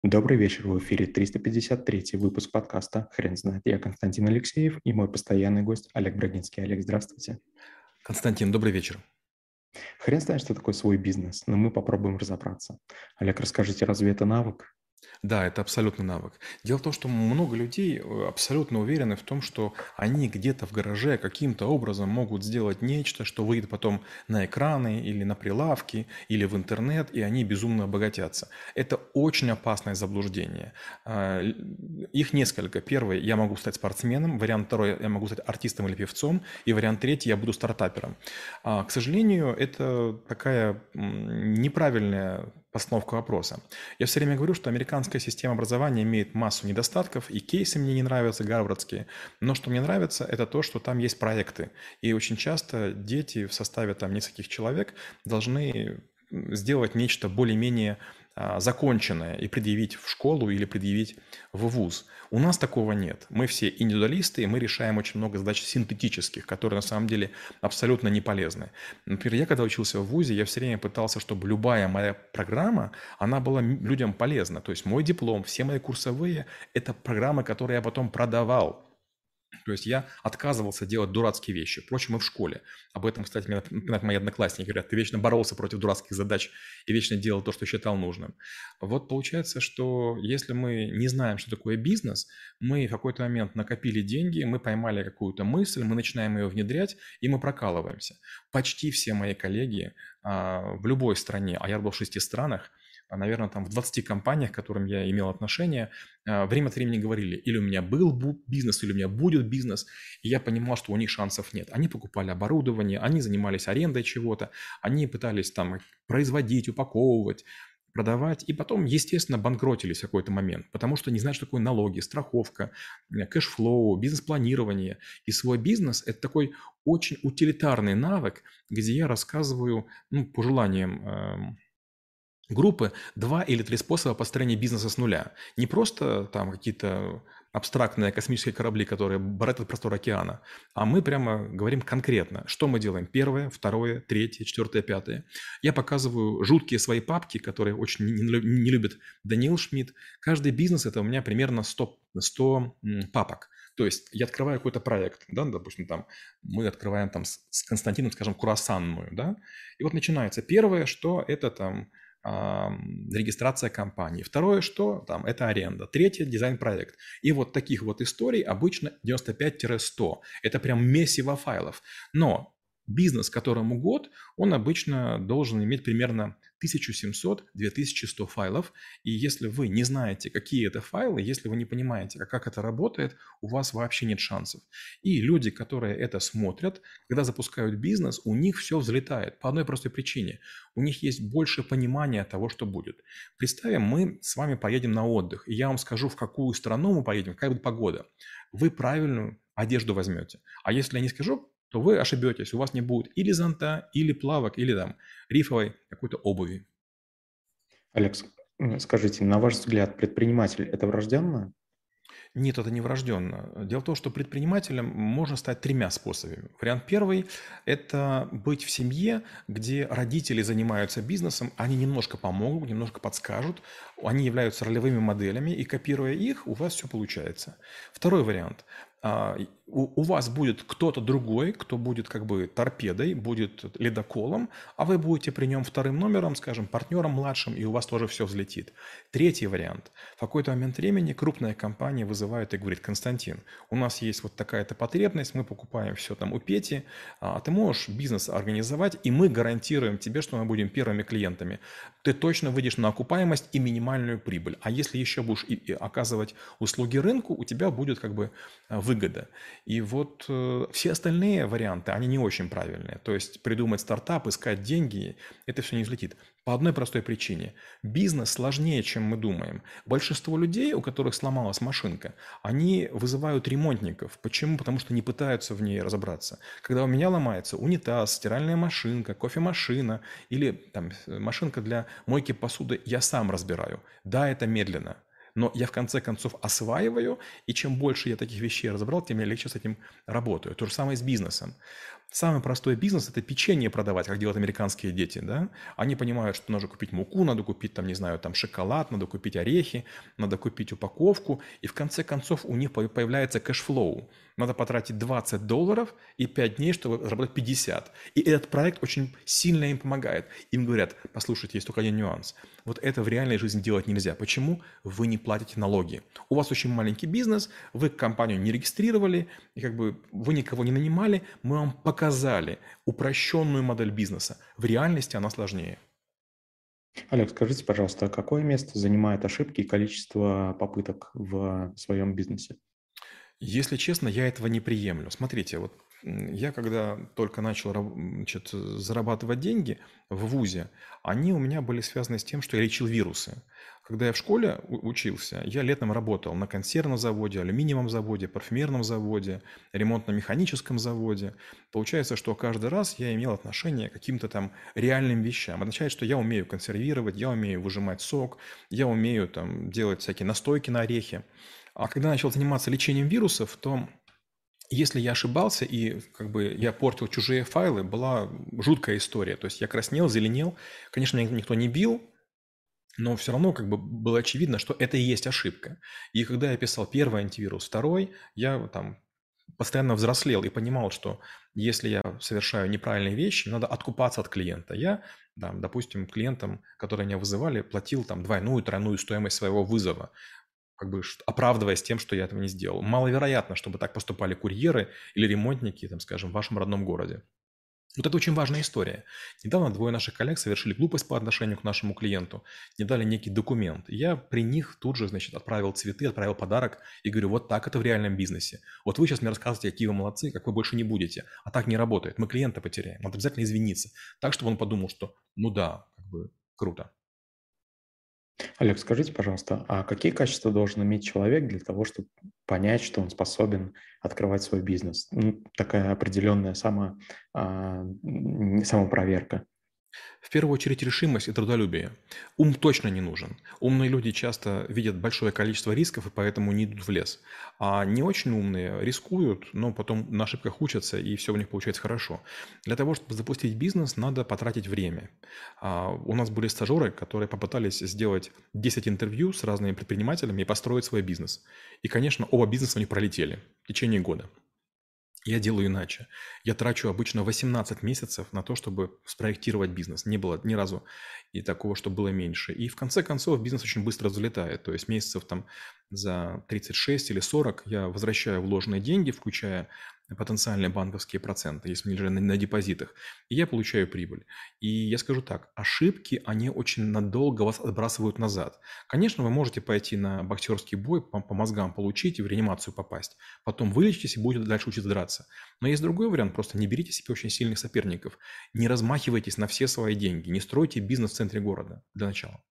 Добрый вечер, в эфире 353 выпуск подкаста «Хрен знает». Я Константин Алексеев и мой постоянный гость Олег Брагинский. Олег, здравствуйте. Константин, добрый вечер. Хрен знает, что такое свой бизнес, но мы попробуем разобраться. Олег, расскажите, разве это навык? Да, это абсолютный навык. Дело в том, что много людей абсолютно уверены в том, что они где-то в гараже каким-то образом могут сделать нечто, что выйдет потом на экраны или на прилавки, или в интернет, и они безумно обогатятся. Это очень опасное заблуждение. Их несколько. Первый, я могу стать спортсменом. Вариант второй, я могу стать артистом или певцом. И вариант третий, я буду стартапером. К сожалению, это такая неправильная постановка вопроса. Я все время говорю, что американская система образования имеет массу недостатков, и кейсы мне не нравятся, гарвардские. Но что мне нравится, это то, что там есть проекты. И очень часто дети в составе там нескольких человек должны сделать нечто более-менее законченное и предъявить в школу или предъявить в вуз. У нас такого нет. Мы все индивидуалисты, и мы решаем очень много задач синтетических, которые на самом деле абсолютно не полезны. Например, я когда учился в вузе, я все время пытался, чтобы любая моя программа, она была людям полезна. То есть мой диплом, все мои курсовые – это программы, которые я потом продавал. То есть я отказывался делать дурацкие вещи. Впрочем, и в школе. Об этом, кстати, мне напоминают мои одноклассники. Говорят, ты вечно боролся против дурацких задач и вечно делал то, что считал нужным. Вот получается, что если мы не знаем, что такое бизнес, мы в какой-то момент накопили деньги, мы поймали какую-то мысль, мы начинаем ее внедрять, и мы прокалываемся. Почти все мои коллеги в любой стране, а я был в 6 странах, наверное, там в 20 компаниях, к которым я имел отношение, время от времени говорили, или у меня был бизнес, или у меня будет бизнес, и я понимал, что у них шансов нет. Они покупали оборудование, они занимались арендой чего-то, они пытались там производить, упаковывать, продавать, и потом, естественно, банкротились в какой-то момент, потому что не знают, что такое налоги, страховка, кэшфлоу, бизнес-планирование. И свой бизнес – это такой очень утилитарный навык, где я рассказываю, по желаниям группы 2 или 3 способа построения бизнеса с нуля. Не просто там какие-то абстрактные космические корабли, которые барахтают простор океана, а мы прямо говорим конкретно, что мы делаем. Первое, второе, третье, четвертое, пятое. Я показываю жуткие свои папки, которые очень не любит Даниил Шмидт. Каждый бизнес – это у меня примерно 100 папок. То есть я открываю какой-то проект, да, допустим, там мы открываем там с Константином, скажем, круассанную, да, и вот начинается первое, что это там регистрация компании. Второе, что там, это аренда. Третье, дизайн-проект. И вот таких вот историй обычно 95-100. Это прям месиво файлов. Но бизнес, которому год, он обычно должен иметь примерно 1700-2100 файлов. И если вы не знаете, какие это файлы, если вы не понимаете, как это работает, у вас вообще нет шансов. И люди, которые это смотрят, когда запускают бизнес, у них все взлетает по одной простой причине. У них есть больше понимания того, что будет. Представим, мы с вами поедем на отдых, и я вам скажу, в какую страну мы поедем, какая будет погода. Вы правильную одежду возьмете. А если я не скажу, то вы ошибетесь. У вас не будет или зонта, или плавок, или там рифовой какой-то обуви. Олег, скажите, на ваш взгляд, предприниматель – это врожденно? Нет, это не врожденно. Дело в том, что предпринимателем можно стать 3 способами. Вариант первый – это быть в семье, где родители занимаются бизнесом, они немножко помогут, немножко подскажут, они являются ролевыми моделями, и копируя их, у вас все получается. Второй вариант – у вас будет кто-то другой, кто будет как бы торпедой, будет ледоколом, а вы будете при нем вторым номером, скажем, партнером младшим, и у вас тоже все взлетит. Третий вариант. В какой-то момент времени крупная компания вызывает и говорит: Константин, у нас есть вот такая-то потребность, мы покупаем все там у Пети, а ты можешь бизнес организовать, и мы гарантируем тебе, что мы будем первыми клиентами. Ты точно выйдешь на окупаемость и минимальную прибыль. А если еще будешь и оказывать услуги рынку, у тебя будет как бы выгода. И вот все остальные варианты, они не очень правильные. То есть придумать стартап, искать деньги, это все не взлетит. По одной простой причине. Бизнес сложнее, чем мы думаем. Большинство людей, у которых сломалась машинка, они вызывают ремонтников. Почему? Потому что не пытаются в ней разобраться. Когда у меня ломается унитаз, стиральная машинка, кофемашина или там машинка для мойки посуды, я сам разбираю. Да, это медленно. но я в конце концов осваиваю, и чем больше я таких вещей разобрал, тем я легче с этим работаю. То же самое с бизнесом. Самый простой бизнес – это печенье продавать, как делают американские дети, да? Они понимают, что нужно купить муку, надо купить, там, не знаю, там, шоколад, надо купить орехи, надо купить упаковку, и в конце концов у них появляется кэшфлоу. Надо потратить $20 и 5 дней, чтобы заработать 50. И этот проект очень сильно им помогает. Им говорят: послушайте, есть только один нюанс. Вот это в реальной жизни делать нельзя. Почему? Вы не платите налоги. У вас очень маленький бизнес, вы компанию не регистрировали, и как бы вы никого не нанимали, мы вам показали упрощенную модель бизнеса. В реальности она сложнее. Олег, скажите, пожалуйста, какое место занимают ошибки и количество попыток в своем бизнесе? Если честно, я этого не приемлю. Смотрите, вот я когда только начал значит, зарабатывать деньги в ВУЗе, они у меня были связаны с тем, что я лечил вирусы. Когда я в школе учился, я летом работал на консервном заводе, алюминиевом заводе, парфюмерном заводе, ремонтно-механическом заводе. Получается, что каждый раз я имел отношение к каким-то там реальным вещам. Это означает, что я умею консервировать, я умею выжимать сок, я умею там делать всякие настойки на орехи. А когда начал заниматься лечением вирусов, то если я ошибался и как бы я портил чужие файлы, была жуткая история. То есть я краснел, зеленел. Конечно, меня никто не бил, но все равно как бы было очевидно, что это и есть ошибка. И когда я писал первый антивирус, второй, я там постоянно взрослел и понимал, что если я совершаю неправильные вещи, надо откупаться от клиента. Я, да, допустим, клиентам, которые меня вызывали, платил там двойную, тройную стоимость своего вызова, как бы оправдываясь тем, что я этого не сделал. Маловероятно, чтобы так поступали курьеры или ремонтники, там, скажем, в вашем родном городе. Вот это очень важная история. Недавно двое наших коллег совершили глупость по отношению к нашему клиенту, не дали некий документ. Я при них тут же, значит, отправил цветы, отправил подарок и говорю: вот так это в реальном бизнесе. Вот вы сейчас мне рассказываете, какие вы молодцы, как вы больше не будете. А так не работает. Мы клиента потеряем. Надо обязательно извиниться. Так, чтобы он подумал, что ну да, как бы круто. Олег, скажите, пожалуйста, а какие качества должен иметь человек для того, чтобы понять, что он способен открывать свой бизнес? Ну, такая определенная самопроверка. В первую очередь решимость и трудолюбие. Ум точно не нужен. Умные люди часто видят большое количество рисков и поэтому не идут в лес. А не очень умные рискуют, но потом на ошибках учатся и все у них получается хорошо. Для того, чтобы запустить бизнес, надо потратить время. У нас были стажеры, которые попытались сделать 10 интервью с разными предпринимателями и построить свой бизнес. И, конечно, оба бизнеса у них пролетели в течение года. Я делаю иначе. Я трачу обычно 18 месяцев на то, чтобы спроектировать бизнес. Не было ни разу и такого, что было меньше. И в конце концов бизнес очень быстро взлетает. То есть месяцев там за 36 или 40 я возвращаю вложенные деньги, включая потенциальные банковские проценты, если они лежат на депозитах, и я получаю прибыль. И я скажу так: ошибки, они очень надолго вас отбрасывают назад. Конечно, вы можете пойти на боксерский бой, по мозгам получить и в реанимацию попасть. Потом вылечитесь и будете дальше учиться драться. Но есть другой вариант: просто не берите себе очень сильных соперников, не размахивайтесь на все свои деньги, не стройте бизнес в центре города для начала.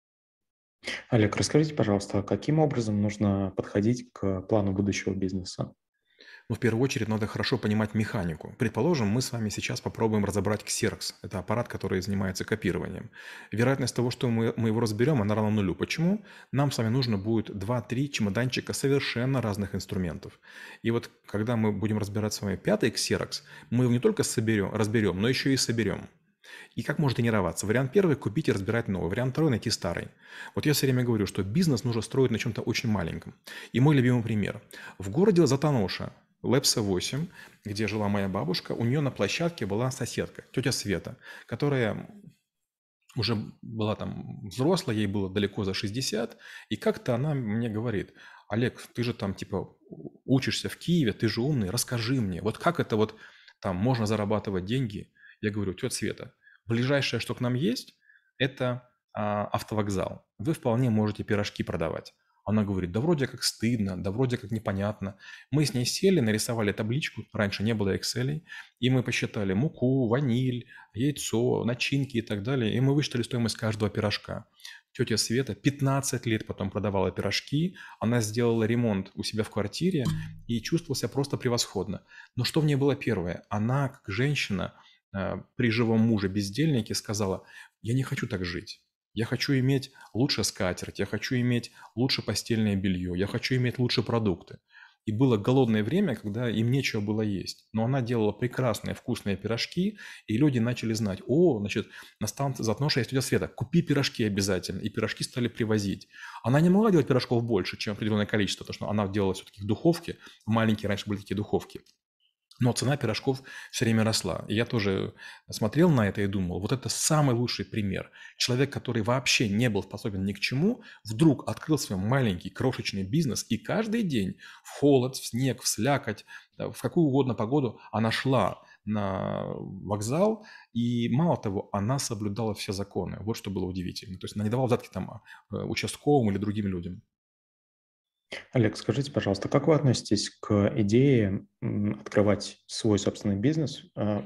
Олег, расскажите, пожалуйста, каким образом нужно подходить к плану будущего бизнеса? Но в первую очередь надо хорошо понимать механику. Предположим, мы с вами сейчас попробуем разобрать Xerox. Это аппарат, который занимается копированием. Вероятность того, что мы его разберем, она равна нулю. Почему? Нам с вами нужно будет два-три чемоданчика совершенно разных инструментов. И вот когда мы будем разбирать с вами пятый Xerox, мы его не только разберем, но еще и соберем. И как можно тренироваться? Вариант первый – купить и разбирать новый. Вариант второй – найти старый. Вот я все время говорю, что бизнес нужно строить на чем-то очень маленьком. И мой любимый пример. В городе Затоноша, Лепса 8, где жила моя бабушка, у нее на площадке была соседка, тетя Света, которая уже была там взрослая, ей было далеко за 60, и как-то она мне говорит: Олег, ты же там типа учишься в Киеве, ты же умный, расскажи мне, вот как это вот там можно зарабатывать деньги? Я говорю: тетя Света, ближайшее, что к нам есть, это автовокзал. Вы вполне можете пирожки продавать. Она говорит: да вроде как стыдно, да вроде как непонятно. Мы с ней сели, нарисовали табличку, раньше не было Excel, и мы посчитали муку, ваниль, яйцо, начинки и так далее, и мы высчитали стоимость каждого пирожка. Тетя Света 15 лет потом продавала пирожки, она сделала ремонт у себя в квартире и чувствовала себя просто превосходно. Но что в ней было первое? Она, как женщина, при живом муже бездельнике, сказала: я не хочу так жить. Я хочу иметь лучше скатерть, я хочу иметь лучше постельное белье, я хочу иметь лучше продукты. И было голодное время, когда им нечего было есть. Но она делала прекрасные вкусные пирожки, и люди начали знать, о, значит, настал затнувшая есть тетя Света, купи пирожки обязательно. И пирожки стали привозить. Она не могла делать пирожков больше, чем определенное количество, потому что она делала все-таки в духовке. Маленькие раньше были такие духовки. Но цена пирожков все время росла. И я тоже смотрел на это и думал, вот это самый лучший пример. Человек, который вообще не был способен ни к чему, вдруг открыл свой маленький крошечный бизнес, и каждый день в холод, в снег, в слякоть, да, в какую угодно погоду она шла на вокзал, и мало того, она соблюдала все законы. Вот что было удивительно. То есть она не давала взятки там участковым или другим людям. Олег, скажите, пожалуйста, как вы относитесь к идее открывать свой собственный бизнес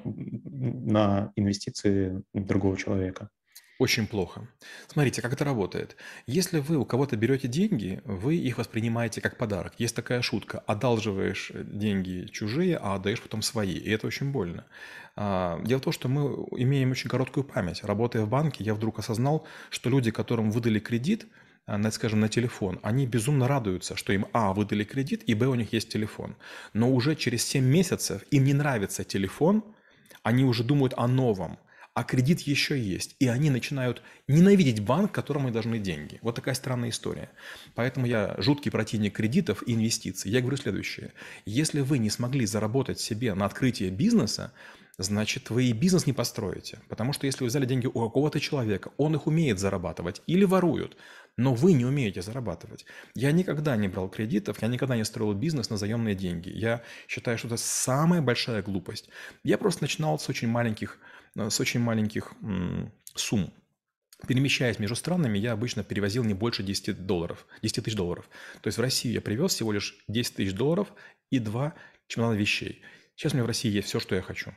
на инвестиции другого человека? Очень плохо. Смотрите, как это работает. Если вы у кого-то берете деньги, вы их воспринимаете как подарок. Есть такая шутка: одалживаешь деньги чужие, а отдаешь потом свои. И это очень больно. Дело в том, что мы имеем очень короткую память. Работая в банке, я вдруг осознал, что люди, которым выдали кредит, скажем, на телефон, они безумно радуются, что им, выдали кредит, и, у них есть телефон. Но уже через 7 месяцев им не нравится телефон, они уже думают о новом, а кредит еще есть. И они начинают ненавидеть банк, которому они должны деньги. Вот такая странная история. Поэтому я жуткий противник кредитов и инвестиций. Я говорю следующее. Если вы не смогли заработать себе на открытие бизнеса, значит, вы и бизнес не построите. Потому что если вы взяли деньги у какого-то человека, он их умеет зарабатывать или воруют, но вы не умеете зарабатывать. Я никогда не брал кредитов, я никогда не строил бизнес на заемные деньги. Я считаю, что это самая большая глупость. Я просто начинал с очень маленьких сумм. Перемещаясь между странами, я обычно перевозил не больше $10, 10 тысяч долларов. То есть в Россию я привез всего лишь 10 тысяч долларов и 2 чемодана вещей. Сейчас у меня в России есть все, что я хочу.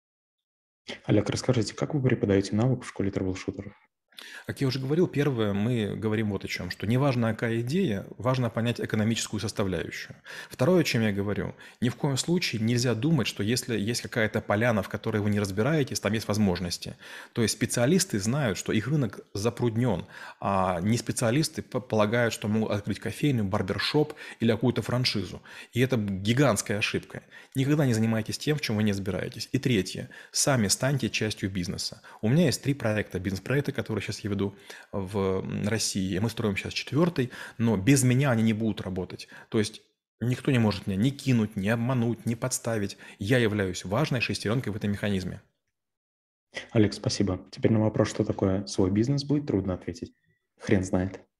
Олег, расскажите, как вы преподаете навык в школе трэблшутеров? Как я уже говорил, первое, мы говорим вот о чем, что не важно, какая идея, важно понять экономическую составляющую. Второе, о чем я говорю, ни в коем случае нельзя думать, что если есть какая-то поляна, в которой вы не разбираетесь, там есть возможности. То есть специалисты знают, что их рынок запруднен, а не специалисты полагают, что могут открыть кофейню, барбершоп или какую-то франшизу. И это гигантская ошибка. Никогда не занимайтесь тем, в чем вы не разбираетесь. И третье, сами станьте частью бизнеса. У меня есть 3 проекта, бизнес-проекты, которые сейчас я веду в России. И мы строим сейчас 4-й, но без меня они не будут работать. То есть никто не может меня ни кинуть, ни обмануть, ни подставить. Я являюсь важной шестеренкой в этом механизме. Олег, спасибо. Теперь на вопрос, что такое свой бизнес, будет трудно ответить. Хрен знает.